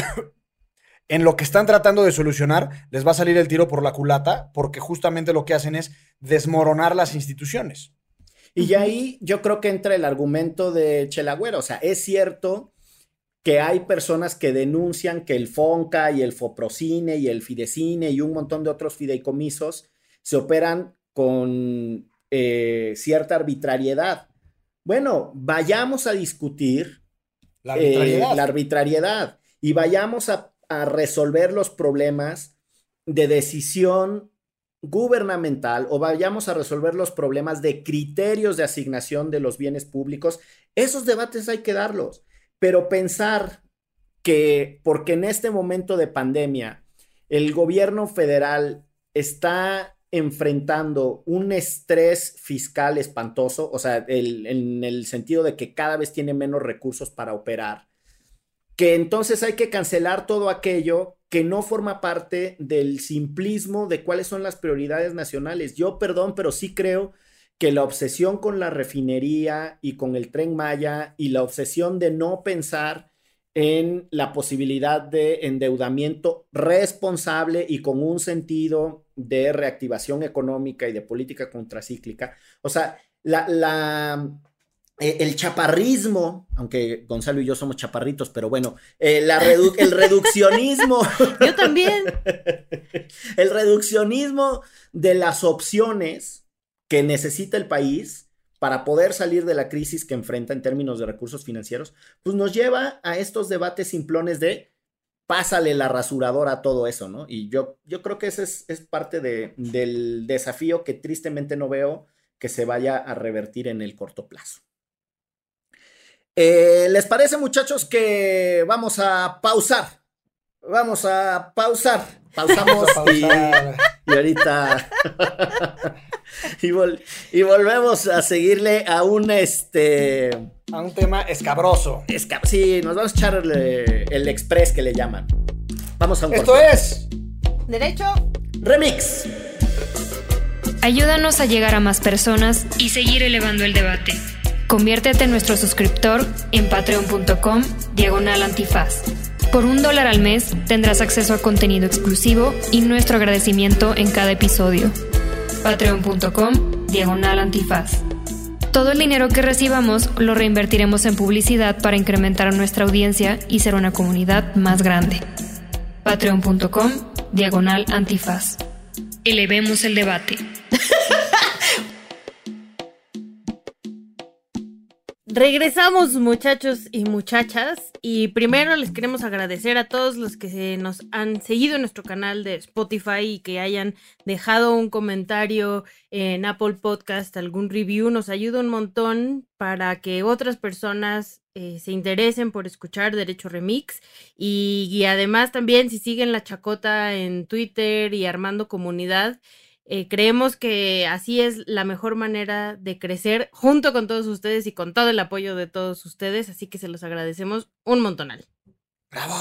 en lo que están tratando de solucionar, les va a salir el tiro por la culata, porque justamente lo que hacen es desmoronar las instituciones. Y ahí yo creo que entra el argumento de Chelagüero. O sea, es cierto que hay personas que denuncian que el FONCA y el FOPROCINE y el Fidecine y un montón de otros fideicomisos se operan con eh, cierta arbitrariedad. Bueno, vayamos a discutir la arbitrariedad, eh, la arbitrariedad y vayamos a a resolver los problemas de decisión gubernamental o vayamos a resolver los problemas de criterios de asignación de los bienes públicos. Esos debates hay que darlos, pero pensar que porque en este momento de pandemia el gobierno federal está enfrentando un estrés fiscal espantoso, o sea, el, en el sentido de que cada vez tiene menos recursos para operar, que entonces hay que cancelar todo aquello que no forma parte del simplismo de cuáles son las prioridades nacionales. Yo, perdón, pero sí creo que la obsesión con la refinería y con el Tren Maya y la obsesión de no pensar en la posibilidad de endeudamiento responsable y con un sentido de reactivación económica y de política contracíclica. O sea, la... la el chaparrismo, aunque Gonzalo y yo somos chaparritos, pero bueno, eh, la redu- el reduccionismo. Yo también. El reduccionismo de las opciones que necesita el país para poder salir de la crisis que enfrenta en términos de recursos financieros, pues nos lleva a estos debates simplones de pásale la rasuradora a todo eso, ¿no? Y yo, yo creo que ese es, es parte de, del desafío que tristemente no veo que se vaya a revertir en el corto plazo. Eh, ¿Les parece, muchachos, que vamos a pausar? Vamos a pausar. Pausamos a pausar. Y, y ahorita y, vol y volvemos a seguirle a un este a un tema escabroso. Esca sí, nos vamos a echar el, el express que le llaman. Vamos a un Esto corte. Es Derecho Remix. Ayúdanos a llegar a más personas y seguir elevando el debate. Conviértete en nuestro suscriptor en patreon.com diagonal antifaz. Por un dólar al mes tendrás acceso a contenido exclusivo y nuestro agradecimiento en cada episodio. Patreon.com diagonal antifaz. Todo el dinero que recibamos lo reinvertiremos en publicidad para incrementar nuestra audiencia y ser una comunidad más grande. Patreon.com diagonal antifaz. Elevemos el debate. Regresamos, muchachos y muchachas, y primero les queremos agradecer a todos los que se nos han seguido en nuestro canal de Spotify y que hayan dejado un comentario en Apple Podcast, algún review. Nos ayuda un montón para que otras personas eh, se interesen por escuchar Derecho Remix, y, y además también si siguen la chacota en Twitter y armando comunidad. Eh, creemos que así es la mejor manera de crecer junto con todos ustedes y con todo el apoyo de todos ustedes, así que se los agradecemos un montonal. ¡Bravo!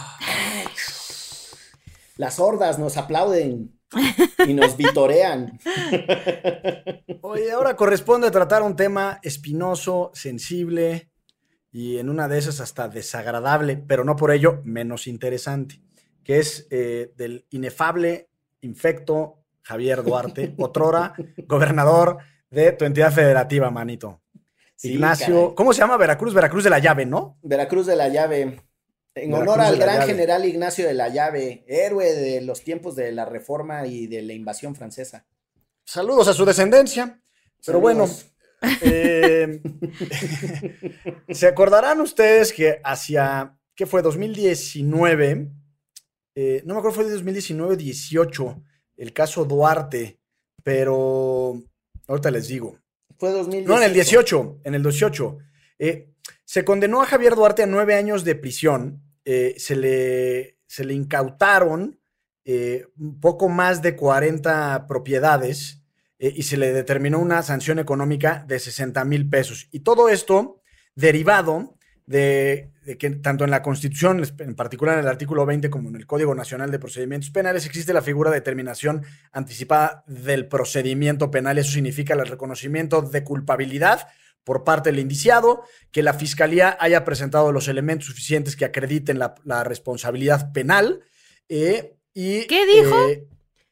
Las hordas nos aplauden y nos vitorean. Oye, ahora corresponde tratar un tema espinoso, sensible y en una de esas hasta desagradable, pero no por ello menos interesante, que es eh, del inefable, infecto Javier Duarte, otrora gobernador de tu entidad federativa, manito. Sí, Ignacio, caray. ¿cómo se llama Veracruz? Veracruz de la Llave, ¿no? Veracruz de la Llave. En Veracruz honor al de la gran Llave. general Ignacio de la Llave, héroe de los tiempos de la Reforma y de la invasión francesa. Saludos a su descendencia. Pero bueno, Saludos. eh, se acordarán ustedes que hacia, ¿qué fue? dos mil diecinueve, eh, no me acuerdo, fue de dos mil diecinueve dieciocho, el caso Duarte, pero ahorita les digo. Fue dos mil dieciocho. No, en el dieciocho, en el dieciocho. Eh, se condenó a Javier Duarte a nueve años de prisión. Eh, se, le, se le incautaron eh, un poco más de cuarenta propiedades eh, y se le determinó una sanción económica de sesenta mil pesos. Y todo esto derivado de, de que tanto en la Constitución, en particular en el artículo veinte, como en el Código Nacional de Procedimientos Penales, existe la figura de determinación anticipada del procedimiento penal. Eso significa el reconocimiento de culpabilidad por parte del indiciado, que la Fiscalía haya presentado los elementos suficientes que acrediten la, la responsabilidad penal. Eh, y, ¿Qué dijo? Eh,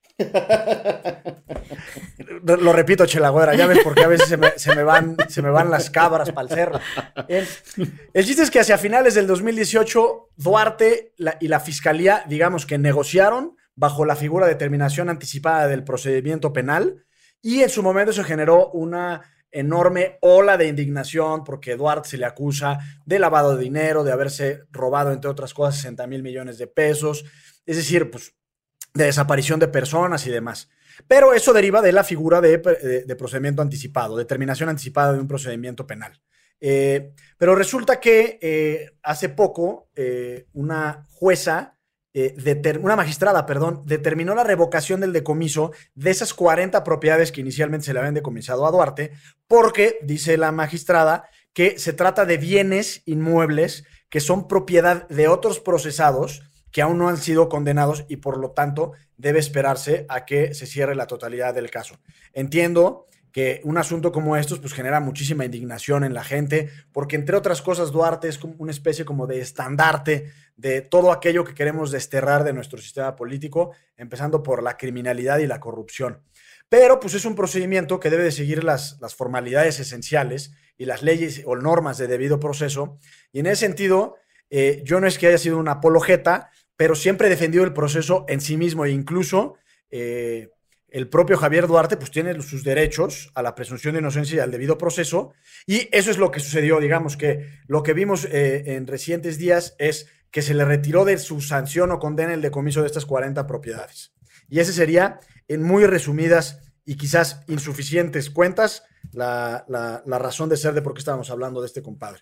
lo repito, Chelagüera, ya ves, porque a veces se me, se me, van, se me van las cabras para el cerro. Eh, el chiste es que hacia finales del dos mil dieciocho, Duarte la, y la Fiscalía, digamos que negociaron bajo la figura de determinación anticipada del procedimiento penal, y en su momento se generó una enorme ola de indignación porque Duarte se le acusa de lavado de dinero, de haberse robado, entre otras cosas, sesenta mil millones de pesos, es decir, pues, de desaparición de personas y demás. Pero eso deriva de la figura de, de, de procedimiento anticipado, determinación anticipada de un procedimiento penal. Eh, pero resulta que eh, hace poco eh, una jueza, eh, deter, una magistrada, perdón, determinó la revocación del decomiso de esas cuarenta propiedades que inicialmente se le habían decomisado a Duarte, porque, dice la magistrada, que se trata de bienes inmuebles que son propiedad de otros procesados que aún no han sido condenados y por lo tanto debe esperarse a que se cierre la totalidad del caso. Entiendo que un asunto como estos pues genera muchísima indignación en la gente, porque entre otras cosas Duarte es como una especie como de estandarte de todo aquello que queremos desterrar de nuestro sistema político, empezando por la criminalidad y la corrupción. Pero pues es un procedimiento que debe de seguir las, las formalidades esenciales y las leyes o normas de debido proceso, y en ese sentido eh, yo no es que haya sido una apologeta, pero siempre he defendido el proceso en sí mismo, e incluso eh, el propio Javier Duarte pues tiene sus derechos a la presunción de inocencia y al debido proceso, y eso es lo que sucedió. Digamos que lo que vimos eh, en recientes días es que se le retiró de su sanción o condena el decomiso de estas cuarenta propiedades. Y ese sería, en muy resumidas y quizás insuficientes cuentas, la, la, la razón de ser de por qué estábamos hablando de este compadre.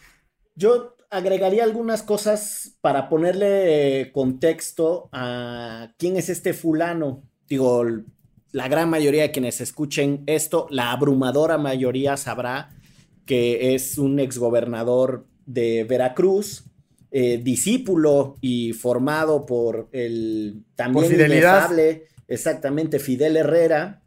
Yo agregaría algunas cosas para ponerle contexto a quién es este fulano. Digo, la gran mayoría de quienes escuchen esto, la abrumadora mayoría sabrá que es un exgobernador de Veracruz, eh, discípulo y formado por el también por fidelidad. inefable, exactamente, Fidel Herrera,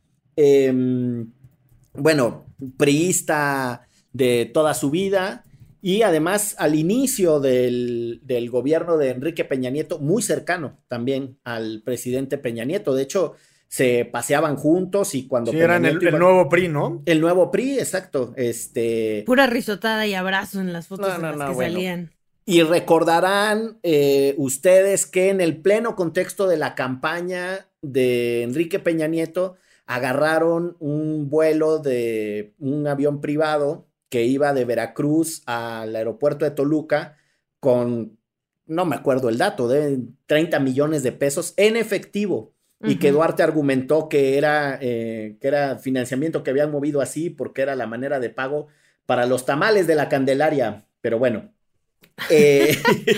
eh, bueno, priista de toda su vida. Y además, al inicio del, del gobierno de Enrique Peña Nieto, muy cercano también al presidente Peña Nieto. De hecho, se paseaban juntos y cuando... Sí, Peña eran el, Nieto iba... el nuevo P R I, ¿no? El nuevo P R I, exacto. Este... Pura risotada y abrazo en las fotos No, en no, las no, que bueno. salían. Y recordarán eh, ustedes que en el pleno contexto de la campaña de Enrique Peña Nieto, agarraron un vuelo de un avión privado que iba de Veracruz al aeropuerto de Toluca con, no me acuerdo el dato, de treinta millones de pesos en efectivo. Uh-huh. Y que Duarte argumentó que era, eh, que era financiamiento que habían movido así porque era la manera de pago para los tamales de la Candelaria. Pero bueno, eh,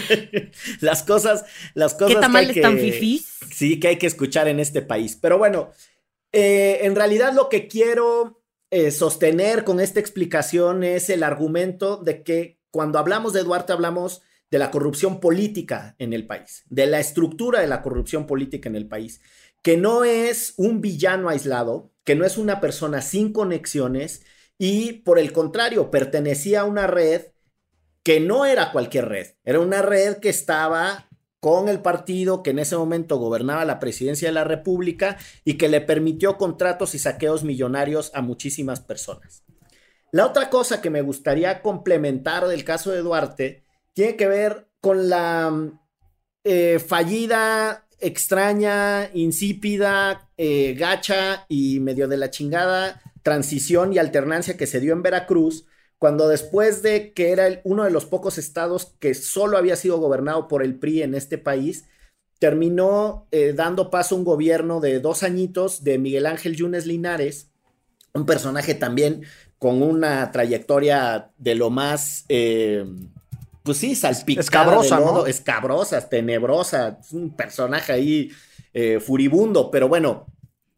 las cosas, las cosas ¿qué tamales que hay que, tan fifís? Sí, que hay que escuchar en este país. Pero bueno, eh, en realidad lo que quiero eh, sostener con esta explicación es el argumento de que cuando hablamos de Duarte hablamos de la corrupción política en el país, de la estructura de la corrupción política en el país, que no es un villano aislado, que no es una persona sin conexiones y por el contrario pertenecía a una red que no era cualquier red, era una red que estaba con el partido que en ese momento gobernaba la presidencia de la República y que le permitió contratos y saqueos millonarios a muchísimas personas. La otra cosa que me gustaría complementar del caso de Duarte tiene que ver con la eh, fallida, extraña, insípida, eh, gacha y medio de la chingada transición y alternancia que se dio en Veracruz, cuando después de que era el, uno de los pocos estados que solo había sido gobernado por el P R I en este país, terminó eh, dando paso a un gobierno de dos añitos de Miguel Ángel Yunes Linares, un personaje también con una trayectoria de lo más, eh, pues sí, salpicada. Escabrosa, de lodo, ¿no? Escabrosa, tenebrosa, un personaje ahí eh, furibundo, pero bueno,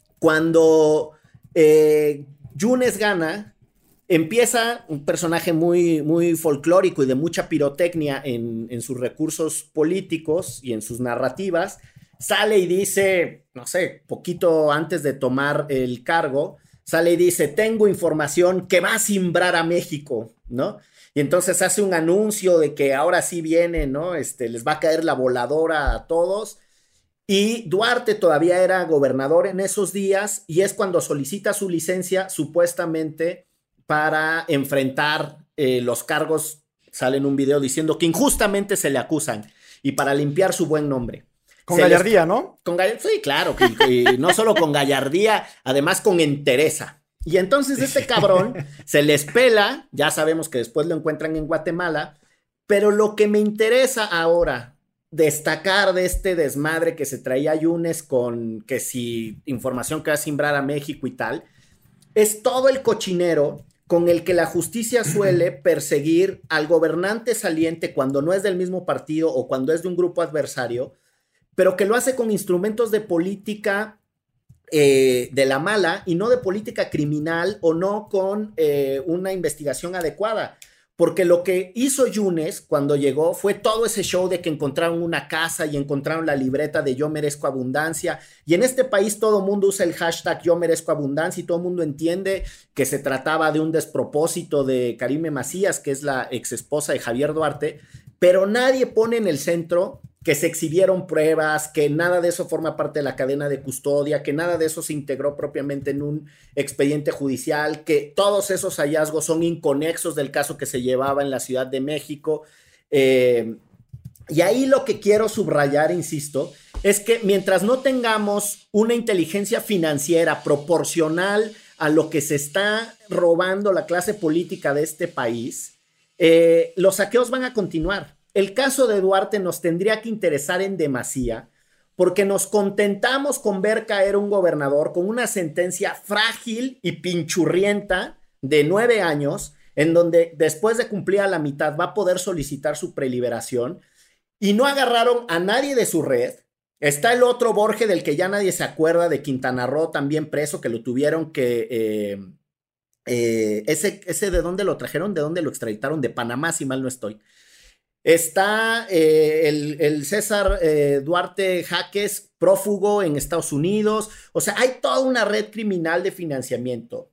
cuando eh, Yunes gana, empieza un personaje muy, muy folclórico y de mucha pirotecnia en, en sus recursos políticos y en sus narrativas. Sale y dice, no sé, poquito antes de tomar el cargo, sale y dice, tengo información que va a simbrar a México, ¿no? Y entonces hace un anuncio de que ahora sí viene, ¿no? Este, les va a caer la voladora a todos. Y Duarte todavía era gobernador en esos días y es cuando solicita su licencia, supuestamente, para enfrentar eh, los cargos, sale en un video diciendo que injustamente se le acusan y para limpiar su buen nombre. Con se gallardía, les... ¿no? Con gall... Sí, claro, que, que no solo con gallardía, además con entereza. Y entonces este cabrón se les pela, ya sabemos que después lo encuentran en Guatemala, pero lo que me interesa ahora destacar de este desmadre que se traía Yunes con que si información que va a simbrar a México y tal, es todo el cochinero con el que la justicia suele perseguir al gobernante saliente cuando no es del mismo partido o cuando es de un grupo adversario, pero que lo hace con instrumentos de política eh, de la mala y no de política criminal o no con eh, una investigación adecuada. Porque lo que hizo Yunes cuando llegó fue todo ese show de que encontraron una casa y encontraron la libreta de yo merezco abundancia. Y en este país todo el mundo usa el hashtag yo merezco abundancia y todo el mundo entiende que se trataba de un despropósito de Karime Macías, que es la ex esposa de Javier Duarte, pero nadie pone en el centro que se exhibieron pruebas, que nada de eso forma parte de la cadena de custodia, que nada de eso se integró propiamente en un expediente judicial, que todos esos hallazgos son inconexos del caso que se llevaba en la Ciudad de México. Eh, y ahí lo que quiero subrayar, insisto, es que mientras no tengamos una inteligencia financiera proporcional a lo que se está robando la clase política de este país, eh, los saqueos van a continuar. El caso de Duarte nos tendría que interesar en demasía porque nos contentamos con ver caer un gobernador con una sentencia frágil y pinchurrienta de nueve años, en donde después de cumplir a la mitad va a poder solicitar su preliberación, y no agarraron a nadie de su red. Está el otro Borge del que ya nadie se acuerda, de Quintana Roo, también preso, que lo tuvieron que... Eh, eh, ese, ese ¿de dónde lo trajeron? ¿De dónde lo extraditaron? De Panamá, si mal no estoy. Está eh, el, el César eh, Duarte Jaques, prófugo en Estados Unidos. O sea, hay toda una red criminal de financiamiento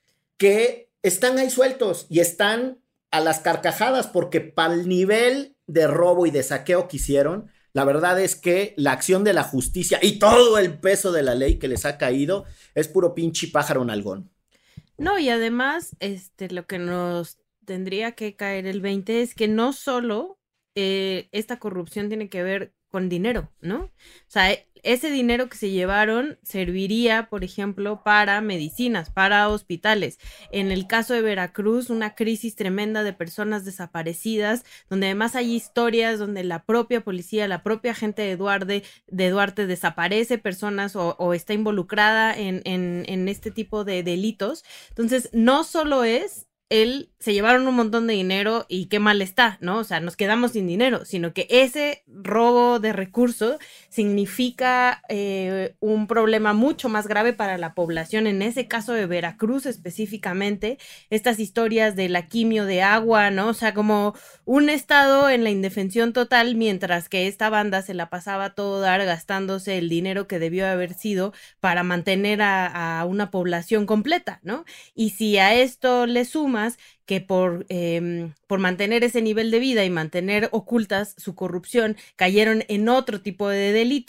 que están ahí sueltos y están a las carcajadas porque para el nivel de robo y de saqueo que hicieron, la verdad es que la acción de la justicia y todo el peso de la ley que les ha caído es puro pinche pájaro nalgón. No, y además, este, lo que nos tendría que caer el veinte es que no solo eh, esta corrupción tiene que ver con dinero, ¿no? O sea, ese dinero que se llevaron serviría, por ejemplo, para medicinas, para hospitales. En el caso de Veracruz, una crisis tremenda de personas desaparecidas, donde además hay historias donde la propia policía, la propia gente de Duarte, de Duarte desaparece personas o, o está involucrada en, en, en este tipo de delitos. Entonces, no solo es él, se llevaron un montón de dinero y qué mal está, ¿no? O sea, nos quedamos sin dinero, sino que ese robo de recursos significa eh, un problema mucho más grave para la población. En ese caso de Veracruz específicamente, estas historias de la quimio de agua, ¿no? O sea, como un estado en la indefensión total, mientras que esta banda se la pasaba a todo dar gastándose el dinero que debió haber sido para mantener a, a una población completa, ¿no? Y si a esto le sumas que por, eh, por mantener ese nivel de vida y mantener ocultas su corrupción, cayeron en otro tipo de delitos,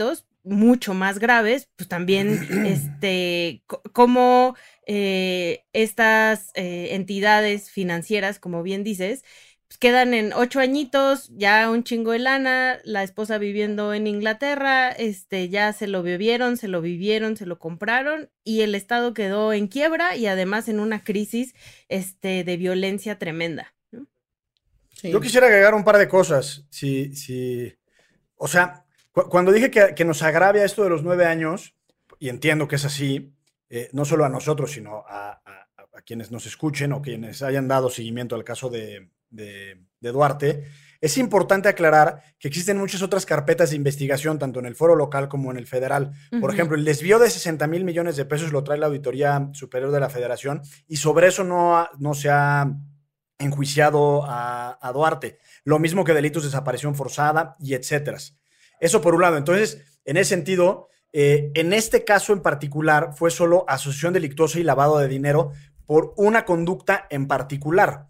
mucho más graves, pues también este, c- como eh, estas eh, entidades financieras, como bien dices, pues quedan en ocho añitos, ya un chingo de lana, la esposa viviendo en Inglaterra, este, ya se lo bebieron, se lo vivieron, se lo compraron y el Estado quedó en quiebra y además en una crisis este, de violencia tremenda, ¿no? Sí. Yo quisiera agregar un par de cosas. Si, si, o sea, cu- cuando dije que, que nos agravia esto de los nueve años, y entiendo que es así, eh, no solo a nosotros, sino a, a- a quienes nos escuchen o quienes hayan dado seguimiento al caso de, de- de Duarte, es importante aclarar que existen muchas otras carpetas de investigación, tanto en el foro local como en el federal. Por Ujú. ejemplo, el desvío de sesenta mil millones de pesos lo trae la Auditoría Superior de la Federación y sobre eso no, ha- no se ha enjuiciado a, a Duarte. Lo mismo que delitos de desaparición forzada y etcétera. Eso por un lado. Entonces, en ese sentido, eh, en este caso en particular fue solo asociación delictuosa y lavado de dinero por una conducta en particular.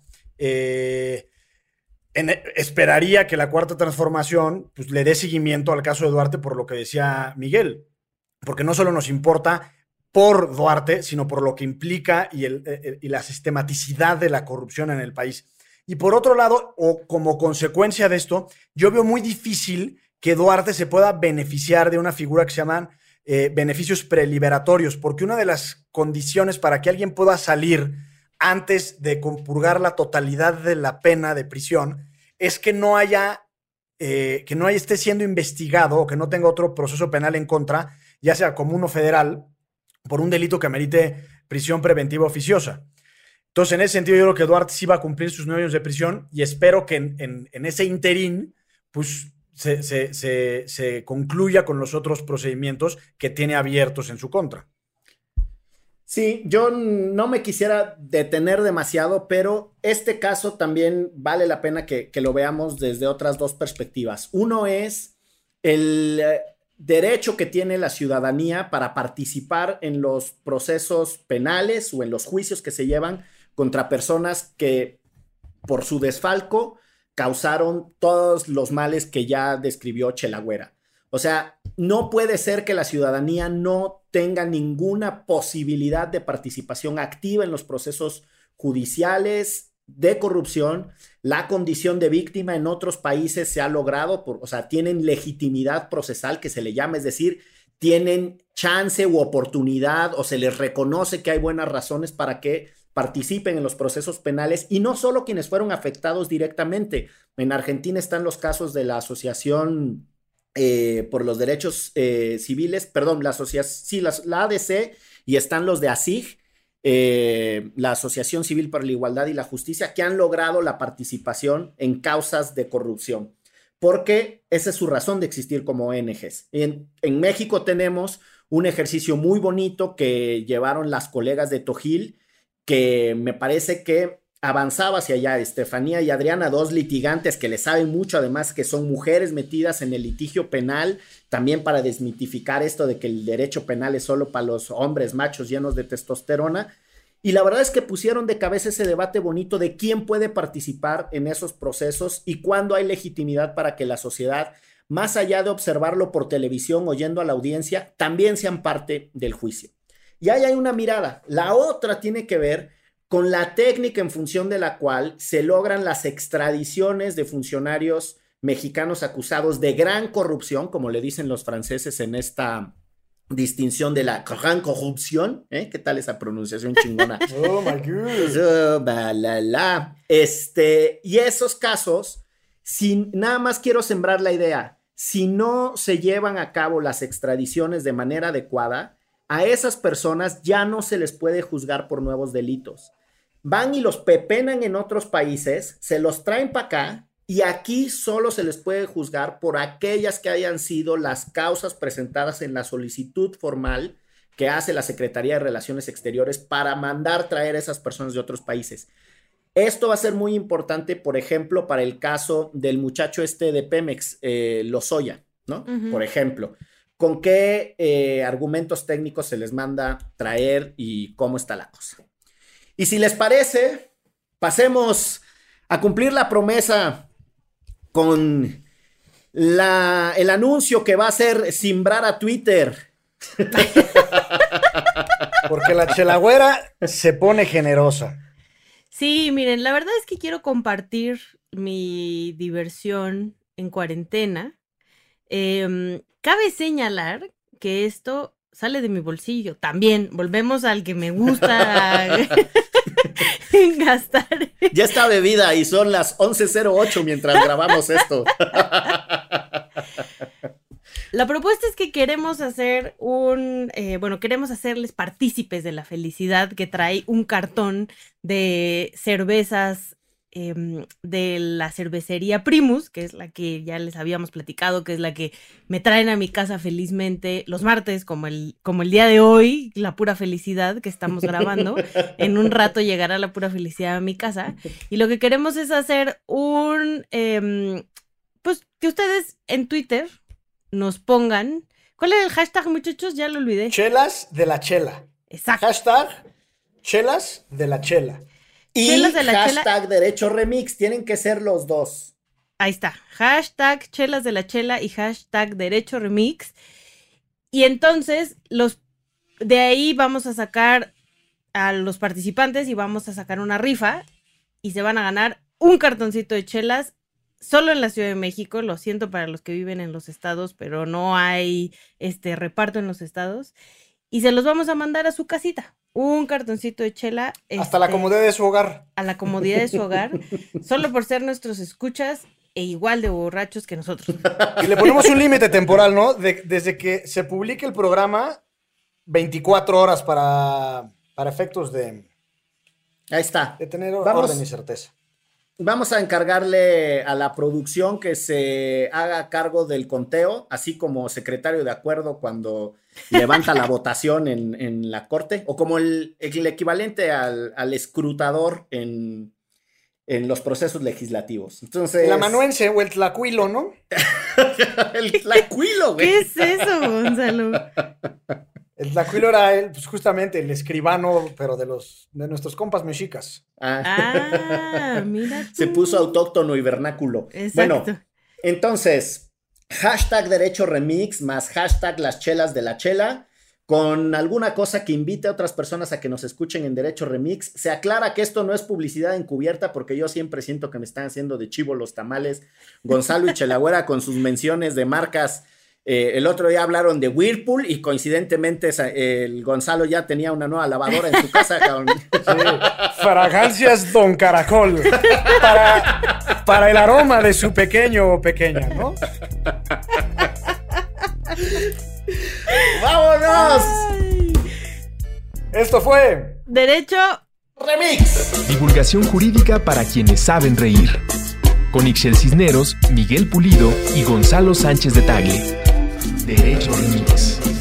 Eh, en- esperaría que la cuarta transformación pues, le dé seguimiento al caso de Duarte por lo que decía Miguel, porque no solo nos importa por Duarte, sino por lo que implica y, el, el, y la sistematicidad de la corrupción en el país. Y por otro lado, o como consecuencia de esto, yo veo muy difícil que Duarte se pueda beneficiar de una figura que se llaman eh, beneficios preliberatorios, porque una de las condiciones para que alguien pueda salir antes de compurgar la totalidad de la pena de prisión es que no haya, eh, que no haya, esté siendo investigado o que no tenga otro proceso penal en contra, ya sea común o federal, por un delito que amerite prisión preventiva oficiosa. Entonces, en ese sentido, yo creo que Duarte sí va a cumplir sus nueve años de prisión y espero que en, en, en ese interín, pues, se, se, se, se concluya con los otros procedimientos que tiene abiertos en su contra. Sí, yo no me quisiera detener demasiado, pero este caso también vale la pena que, que lo veamos desde otras dos perspectivas. Uno es el eh, derecho que tiene la ciudadanía para participar en los procesos penales o en los juicios que se llevan contra personas que por su desfalco causaron todos los males que ya describió Chelagüera. O sea, no puede ser que la ciudadanía no tenga ninguna posibilidad de participación activa en los procesos judiciales de corrupción. La condición de víctima en otros países se ha logrado, por, o sea, tienen legitimidad procesal que se le llama, es decir, tienen chance u oportunidad o se les reconoce que hay buenas razones para que participen en los procesos penales y no solo quienes fueron afectados directamente. En Argentina están los casos de la Asociación eh, por los Derechos eh, Civiles, perdón, la, sí, la, la A D C y están los de A S I G, eh, la Asociación Civil para la Igualdad y la Justicia, que han logrado la participación en causas de corrupción, porque esa es su razón de existir como O N Ges. En, en México tenemos un ejercicio muy bonito que llevaron las colegas de Tojil, que me parece que avanzaba hacia allá. Estefanía y Adriana, dos litigantes que le saben mucho, además que son mujeres metidas en el litigio penal, también para desmitificar esto de que el derecho penal es solo para los hombres machos llenos de testosterona. Y la verdad es que pusieron de cabeza ese debate bonito de quién puede participar en esos procesos y cuándo hay legitimidad para que la sociedad, más allá de observarlo por televisión, oyendo a la audiencia, también sean parte del juicio. Y ahí hay una mirada. La otra tiene que ver con la técnica en función de la cual se logran las extradiciones de funcionarios mexicanos acusados de gran corrupción, como le dicen los franceses en esta distinción de la gran corrupción. ¿Eh? ¿Qué tal esa pronunciación chingona? Oh, my God. Oh, balala. Este, y esos casos, si nada más quiero sembrar la idea, si no se llevan a cabo las extradiciones de manera adecuada, a esas personas ya no se les puede juzgar por nuevos delitos. Van y los pepenan en otros países, se los traen para acá y aquí solo se les puede juzgar por aquellas que hayan sido las causas presentadas en la solicitud formal que hace la Secretaría de Relaciones Exteriores para mandar traer a esas personas de otros países. Esto va a ser muy importante, por ejemplo, para el caso del muchacho este de Pemex, eh, Lozoya, ¿no? Uh-huh. Por ejemplo. ¿Con qué eh, argumentos técnicos se les manda traer y cómo está la cosa? Y si les parece, pasemos a cumplir la promesa con la, el anuncio que va a hacer simbrar a Twitter. Porque la chelagüera se pone generosa. Sí, miren, la verdad es que quiero compartir mi diversión en cuarentena. Eh, cabe señalar que esto sale de mi bolsillo. También, volvemos al que me gusta gastar. Ya está bebida y son las once cero ocho mientras grabamos esto. La propuesta es que queremos hacer un, eh, bueno, queremos hacerles partícipes de la felicidad que trae un cartón de cervezas eh, de la cervecería Primus, que es la que ya les habíamos platicado, que es la que me traen a mi casa felizmente los martes, como el, como el día de hoy, la pura felicidad que estamos grabando. En un rato llegará la pura felicidad a mi casa. Y lo que queremos es hacer un, eh, pues que ustedes en Twitter nos pongan. ¿Cuál es el hashtag, muchachos? Ya lo olvidé. Chelas de la chela. Exacto. Hashtag chelas de la chela. Y Chelas de la hashtag chela. Derecho Remix. Tienen que ser los dos. Ahí está. Hashtag chelas de la chela y hashtag Derecho Remix. Y entonces, los de ahí vamos a sacar a los participantes y vamos a sacar una rifa. Y se van a ganar un cartoncito de chelas. Solo en la Ciudad de México, lo siento para los que viven en los estados, pero no hay este reparto en los estados. Y se los vamos a mandar a su casita. Un cartoncito de chela. Hasta este, la comodidad de su hogar. A la comodidad de su hogar. Solo por ser nuestros escuchas e igual de borrachos que nosotros. Y le ponemos un límite temporal, ¿no? De, desde que se publique el programa, veinticuatro horas para, para efectos de, Ahí está. de tener Vamos. orden y certeza. Vamos a encargarle a la producción que se haga cargo del conteo, así como secretario de acuerdo cuando levanta la votación en, en la corte, o como el, el equivalente al, al escrutador en, en los procesos legislativos. Entonces, El amanuense o el tlacuilo, ¿no? el tlacuilo, güey. ¿Qué es eso, Gonzalo? El tlacuilo era el, pues justamente el escribano, pero de los de nuestros compas mexicas. Ah. Ah, mira tú. Se puso autóctono y vernáculo. Exacto. Bueno, entonces, hashtag Derecho Remix más hashtag Las Chelas de la Chela, con alguna cosa que invite a otras personas a que nos escuchen en Derecho Remix. Se aclara que esto no es publicidad encubierta, porque yo siempre siento que me están haciendo de chivo los tamales. Gonzalo y Chelagüera con sus menciones de marcas. Eh, el otro día hablaron de Whirlpool y coincidentemente eh, el Gonzalo ya tenía una nueva lavadora en su casa. Sí. Fragancias Don Caracol. Para, para el aroma de su pequeño o pequeña, ¿no? ¡Vámonos! Ay. Esto fue Derecho Remix. Divulgación jurídica para quienes saben reír. Con Ixchel Cisneros, Miguel Pulido y Gonzalo Sánchez de Tagle. Derecho Remix.